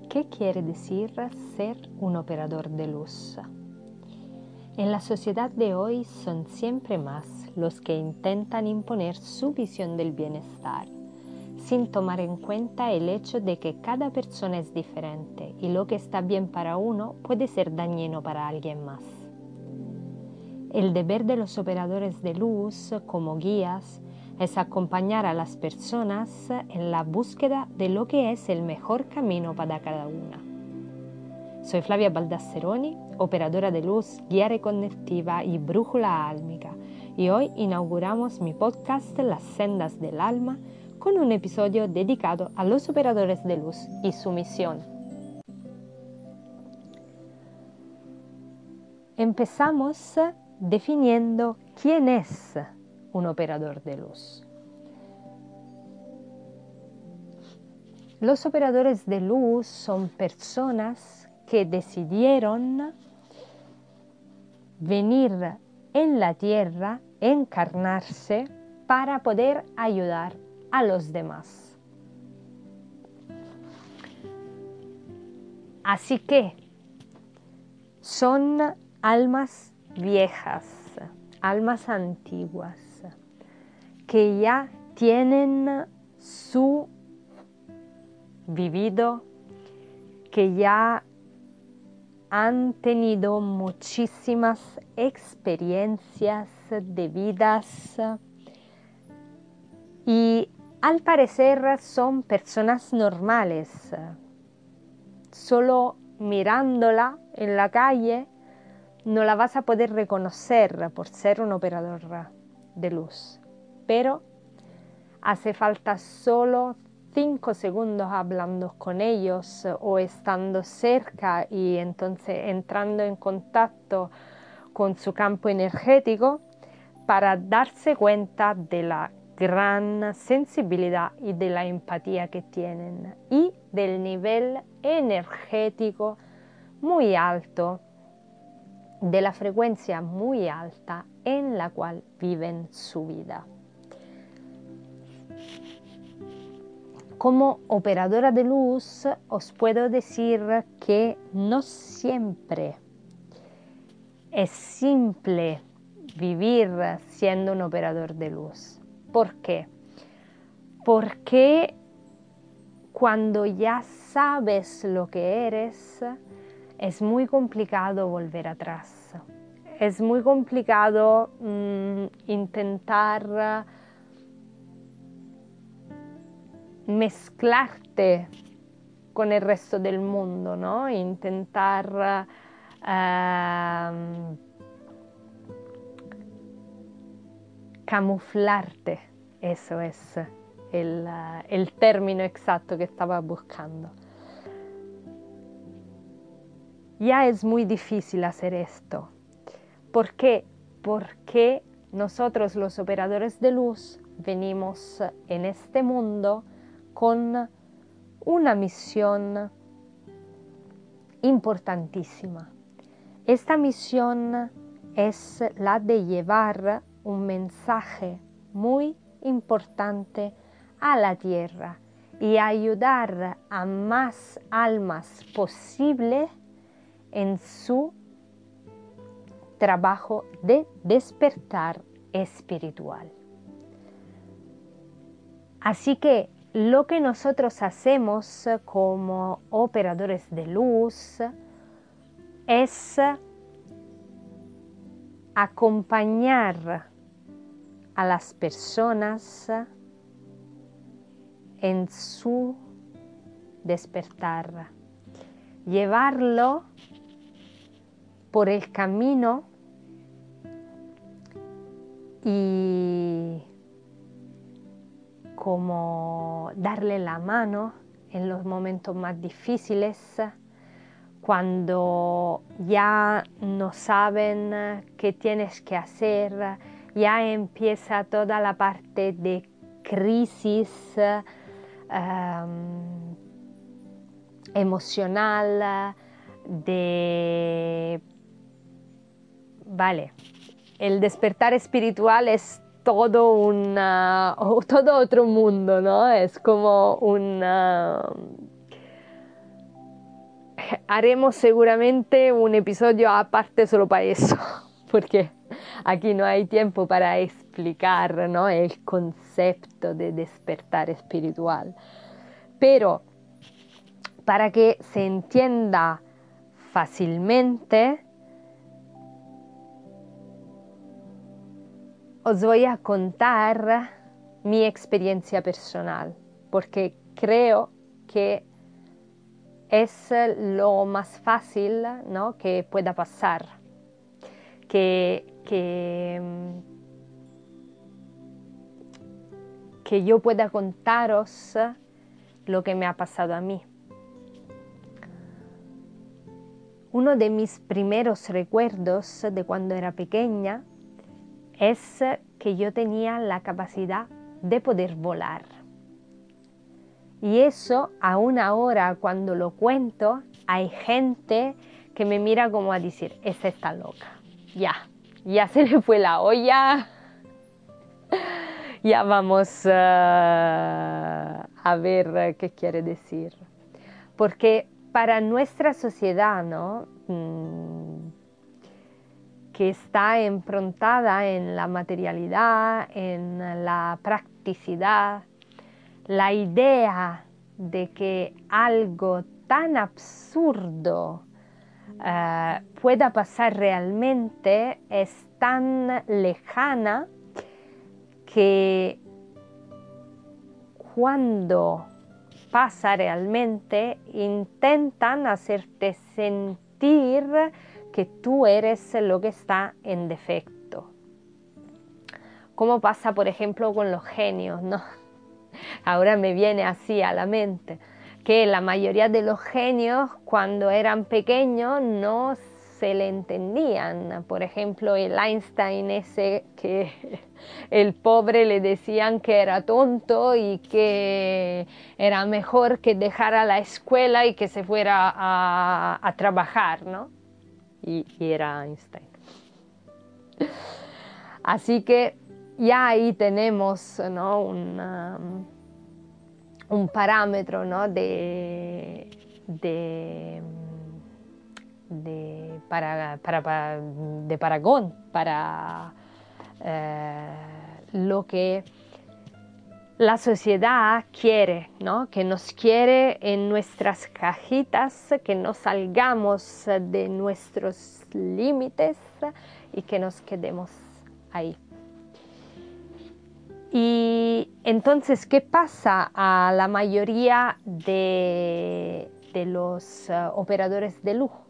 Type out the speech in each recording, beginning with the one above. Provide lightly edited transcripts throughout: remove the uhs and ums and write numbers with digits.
¿Qué quiere decir ser un operador de luz? En la sociedad de hoy son siempre más los que intentan imponer su visión del bienestar, sin tomar en cuenta el hecho de que cada persona es diferente y lo que está bien para uno puede ser dañino para alguien más. El deber de los operadores de luz como guías es acompañar a las personas en la búsqueda de lo que es el mejor camino para cada una. Soy Flavia Baldasseroni, operadora de luz, guía reconectiva y brújula álmica, y hoy inauguramos mi podcast Las Sendas del Alma con un episodio dedicado a los operadores de luz y su misión. Empezamos definiendo quién es un operador de luz. Los operadores de luz son personas que decidieron venir en la tierra, encarnarse para poder ayudar a los demás. Así que son almas viejas, almas antiguas, que ya tienen su vivido, que ya han tenido muchísimas experiencias de vidas y al parecer son personas normales. Solo mirándola en la calle no la vas a poder reconocer por ser un operador de luz, pero hace falta solo 5 segundos hablando con ellos o estando cerca y entonces entrando en contacto con su campo energético para darse cuenta de la gran sensibilidad y de la empatía que tienen y del nivel energético muy alto, de la frecuencia muy alta en la cual viven su vida. Como operadora de luz os puedo decir que no siempre es simple vivir siendo un operador de luz. ¿Por qué? Porque cuando ya sabes lo que eres, es muy complicado volver atrás. Es muy complicado intentar mezclarte con el resto del mundo, ¿no? Intentar camuflarte, eso es el término exacto que estaba buscando. Ya es muy difícil hacer esto. ¿Por qué? Porque nosotros los operadores de luz venimos en este mundo con una misión importantísima. Esta misión es la de llevar un mensaje muy importante a la tierra y ayudar a más almas posible en su trabajo de despertar espiritual. Así que lo que nosotros hacemos como operadores de luz es acompañar a las personas en su despertar, llevarlo por el camino y como darle la mano en los momentos más difíciles, cuando ya no saben qué tienes que hacer, ya empieza toda la parte de crisis emocional, el despertar espiritual es todo otro mundo, ¿no? Es como haremos seguramente un episodio aparte solo para eso, porque aquí no hay tiempo para explicar, ¿no?, el concepto de despertar espiritual. Pero para que se entienda fácilmente, os voy a contar mi experiencia personal, porque creo que es lo más fácil, ¿no?, que pueda pasar, que yo pueda contaros lo que me ha pasado a mí. Uno de mis primeros recuerdos de cuando era pequeña es que yo tenía la capacidad de poder volar. Y eso, aún ahora cuando lo cuento, hay gente que me mira como a decir, esa está loca, ya se le fue la olla, ya vamos a ver qué quiere decir. Porque para nuestra sociedad, ¿no?, que está improntada en la materialidad, en la practicidad, la idea de que algo tan absurdo pueda pasar realmente es tan lejana que cuando pasa realmente intentan hacerte sentir que tú eres lo que está en defecto. Como pasa, por ejemplo, con los genios, ¿no? Ahora me viene así a la mente, que la mayoría de los genios cuando eran pequeños no se le entendían. Por ejemplo, el Einstein ese que el pobre le decían que era tonto y que era mejor que dejara la escuela y que se fuera a trabajar, ¿no? Y era Einstein. Así que ya ahí tenemos, ¿no?, un parámetro, ¿no?, de parangón para lo que la sociedad quiere, ¿no?, que nos quiere en nuestras cajitas, que no salgamos de nuestros límites y que nos quedemos ahí. Y entonces, ¿qué pasa a la mayoría de los operadores de luz?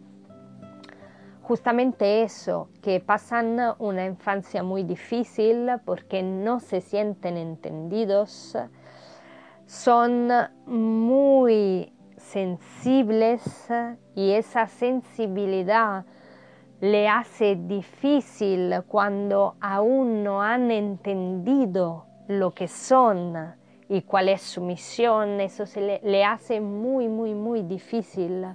Justamente eso, que pasan una infancia muy difícil porque no se sienten entendidos, son muy sensibles y esa sensibilidad le hace difícil cuando aún no han entendido lo que son y cuál es su misión. Eso le hace muy, muy, muy difícil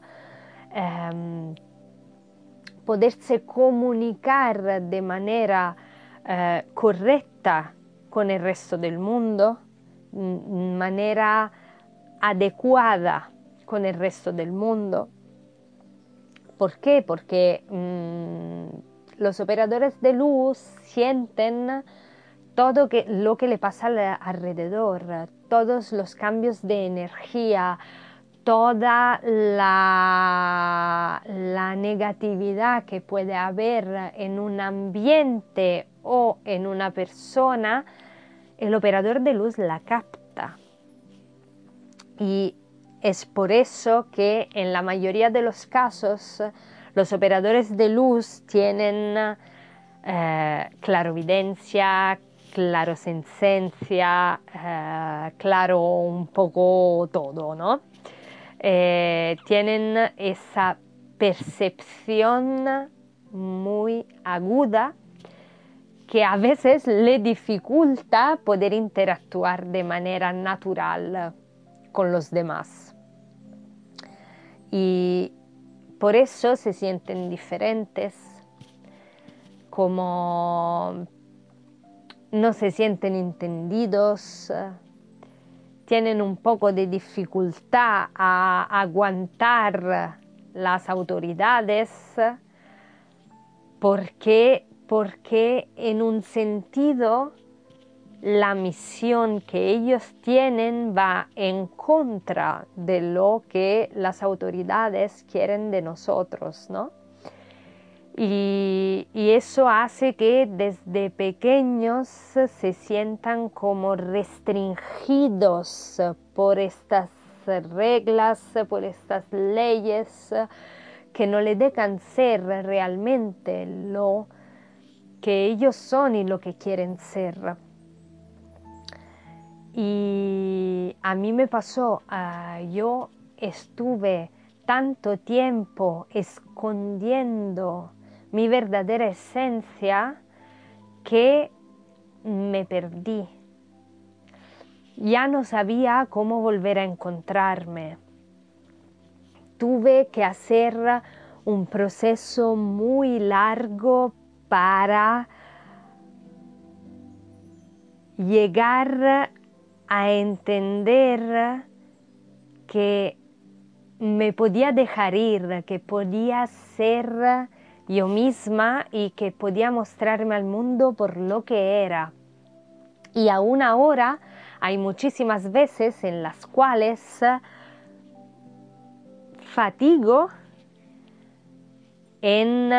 poderse comunicar de manera correcta con el resto del mundo, de manera adecuada con el resto del mundo. ¿Por qué? Porque los operadores de luz sienten todo lo que le pasa alrededor, todos los cambios de energía, toda la negatividad que puede haber en un ambiente o en una persona. El operador de luz la capta. Y es por eso que en la mayoría de los casos los operadores de luz tienen clarovidencia, clarosensencia, claro un poco todo, ¿no? Tienen esa percepción muy aguda que a veces le dificulta poder interactuar de manera natural con los demás. Y por eso se sienten diferentes, como no se sienten entendidos, tienen un poco de dificultad a aguantar las autoridades, porque en un sentido la misión que ellos tienen va en contra de lo que las autoridades quieren de nosotros, ¿no? Y eso hace que desde pequeños se sientan como restringidos por estas reglas, por estas leyes que no le dejan ser realmente lo que ellos son y lo que quieren ser. Y a mí me pasó, yo estuve tanto tiempo escondiendo mi verdadera esencia que me perdí. Ya no sabía cómo volver a encontrarme. Tuve que hacer un proceso muy largo para llegar a entender que me podía dejar ir, que podía ser yo misma y que podía mostrarme al mundo por lo que era. Y aún ahora hay muchísimas veces en las cuales fatigo en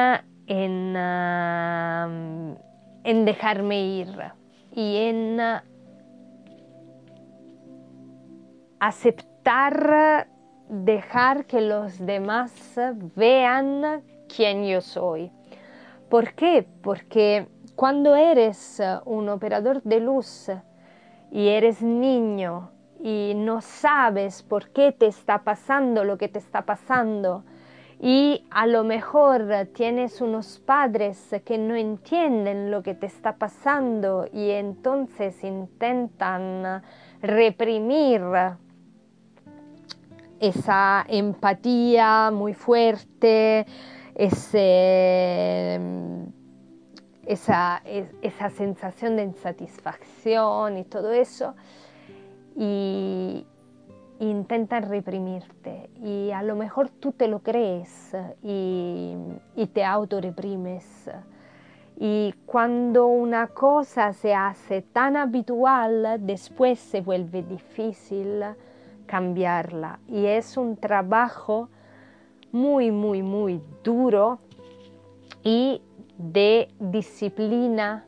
dejarme ir y en aceptar, dejar que los demás vean quién yo soy. ¿Por qué? Porque cuando eres un operador de luz y eres niño y no sabes por qué te está pasando lo que te está pasando, y a lo mejor tienes unos padres que no entienden lo que te está pasando y entonces intentan reprimir esa empatía muy fuerte, esa sensación de insatisfacción y todo eso, y intentan reprimirte, y a lo mejor tú te lo crees y te autorreprimes. Y cuando una cosa se hace tan habitual, después se vuelve difícil cambiarla. Y es un trabajo muy, muy, muy duro y de disciplina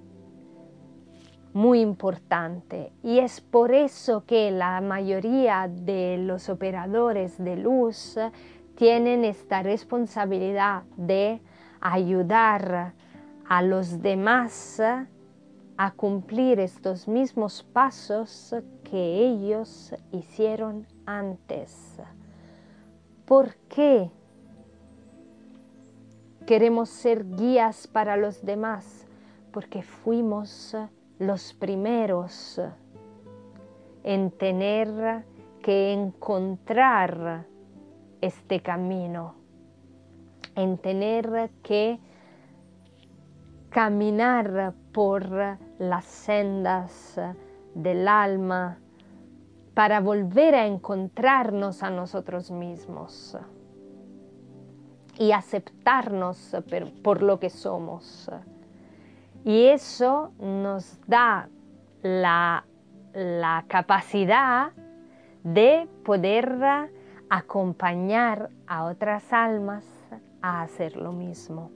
muy importante. Y es por eso que la mayoría de los operadores de luz tienen esta responsabilidad de ayudar a los demás a cumplir estos mismos pasos que ellos hicieron antes. ¿Por qué queremos ser guías para los demás? Porque fuimos los primeros en tener que encontrar este camino, en tener que caminar por las sendas del alma para volver a encontrarnos a nosotros mismos y aceptarnos por lo que somos. Y eso nos da la capacidad de poder acompañar a otras almas a hacer lo mismo.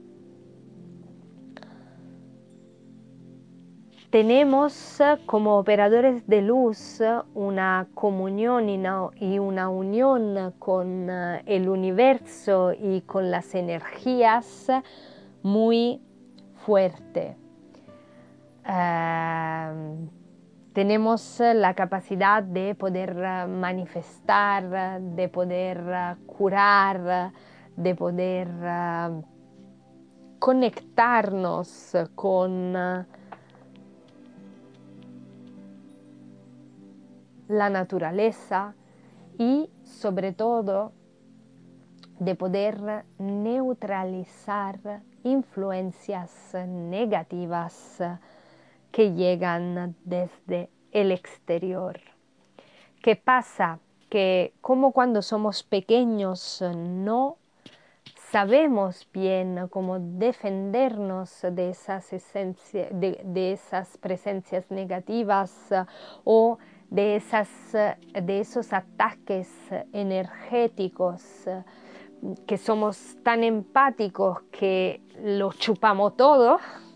Tenemos como operadores de luz una comunión y una unión con el universo y con las energías muy fuerte. Tenemos la capacidad de poder manifestar, de poder curar, de poder conectarnos con la naturaleza y sobre todo de poder neutralizar influencias negativas que llegan desde el exterior. ¿Qué pasa? Que como cuando somos pequeños no sabemos bien cómo defendernos de de esas presencias negativas o de esos ataques energéticos, que somos tan empáticos que lo chupamos todo.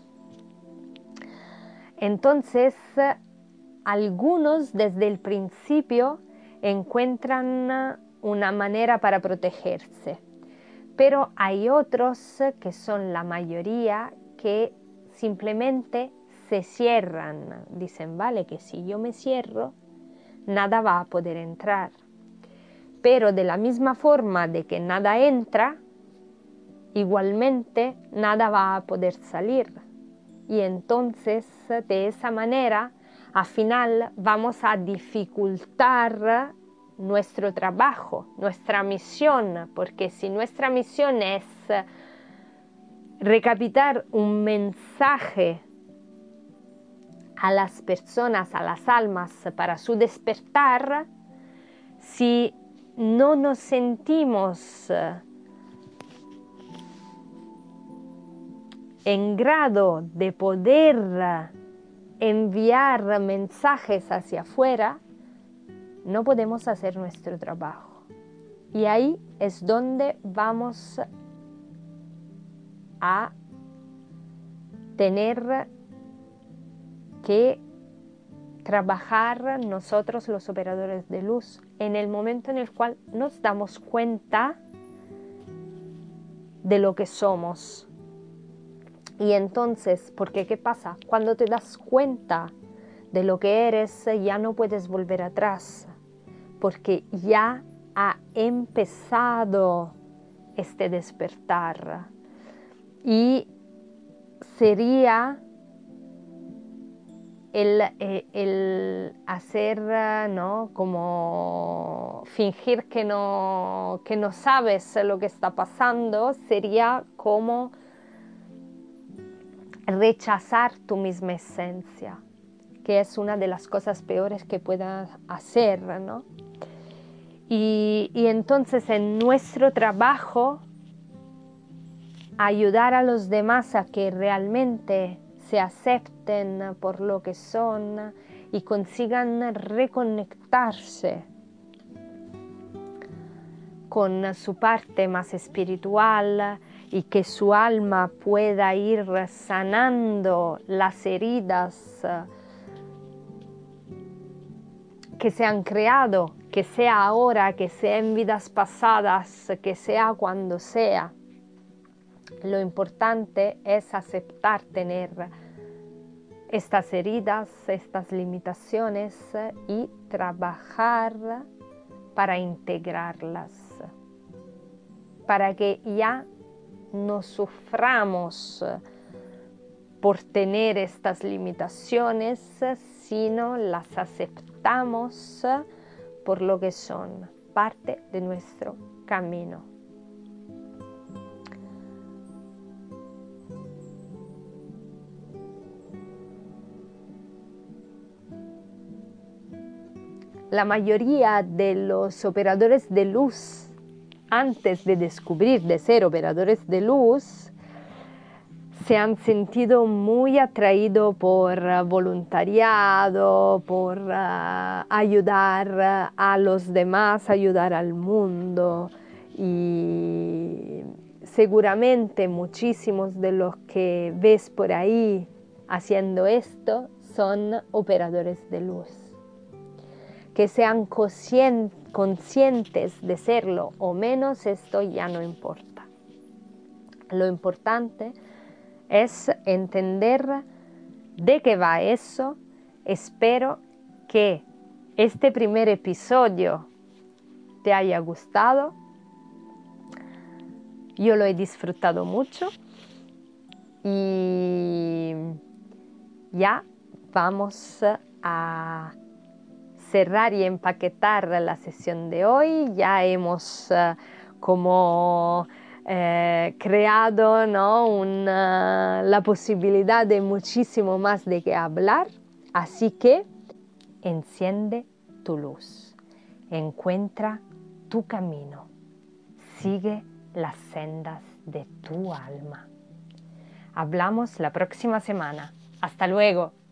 Entonces, algunos desde el principio encuentran una manera para protegerse, pero hay otros, que son la mayoría, que simplemente se cierran. Dicen, vale, que si yo me cierro, nada va a poder entrar. Pero de la misma forma de que nada entra, igualmente nada va a poder salir. Y entonces, de esa manera, al final vamos a dificultar nuestro trabajo, nuestra misión, porque si nuestra misión es recapitular un mensaje a las personas, a las almas, para su despertar, si no nos sentimos en grado de poder enviar mensajes hacia afuera, no podemos hacer nuestro trabajo. Y ahí es donde vamos a tener que trabajar nosotros, los operadores de luz, en el momento en el cual nos damos cuenta de lo que somos. Y entonces, porque ¿qué pasa? Cuando te das cuenta de lo que eres, ya no puedes volver atrás, porque ya ha empezado este despertar. Y sería el hacer, ¿no? Como fingir que no sabes lo que está pasando, sería como rechazar tu misma esencia, que es una de las cosas peores que puedas hacer, ¿no? Y entonces en nuestro trabajo, ayudar a los demás a que realmente se acepten por lo que son y consigan reconectarse con su parte más espiritual y que su alma pueda ir sanando las heridas que se han creado, que sea ahora, que sea en vidas pasadas, que sea cuando sea. Lo importante es aceptar tener estas heridas, estas limitaciones y trabajar para integrarlas, para que ya no suframos por tener estas limitaciones, sino las aceptamos por lo que son, parte de nuestro camino. La mayoría de los operadores de luz, antes de descubrir de ser operadores de luz, se han sentido muy atraídos por voluntariado, por ayudar a los demás, ayudar al mundo. Y seguramente muchísimos de los que ves por ahí haciendo esto son operadores de luz. Que sean conscientes de serlo o menos, esto ya no importa. Lo importante es entender de qué va eso. Espero que este primer episodio te haya gustado. Yo lo he disfrutado mucho y ya vamos a cerrar y empaquetar la sesión de hoy. Ya hemos creado, ¿no? La posibilidad de muchísimo más de qué hablar. Así que enciende tu luz. Encuentra tu camino. Sigue las sendas de tu alma. Hablamos la próxima semana. ¡Hasta luego!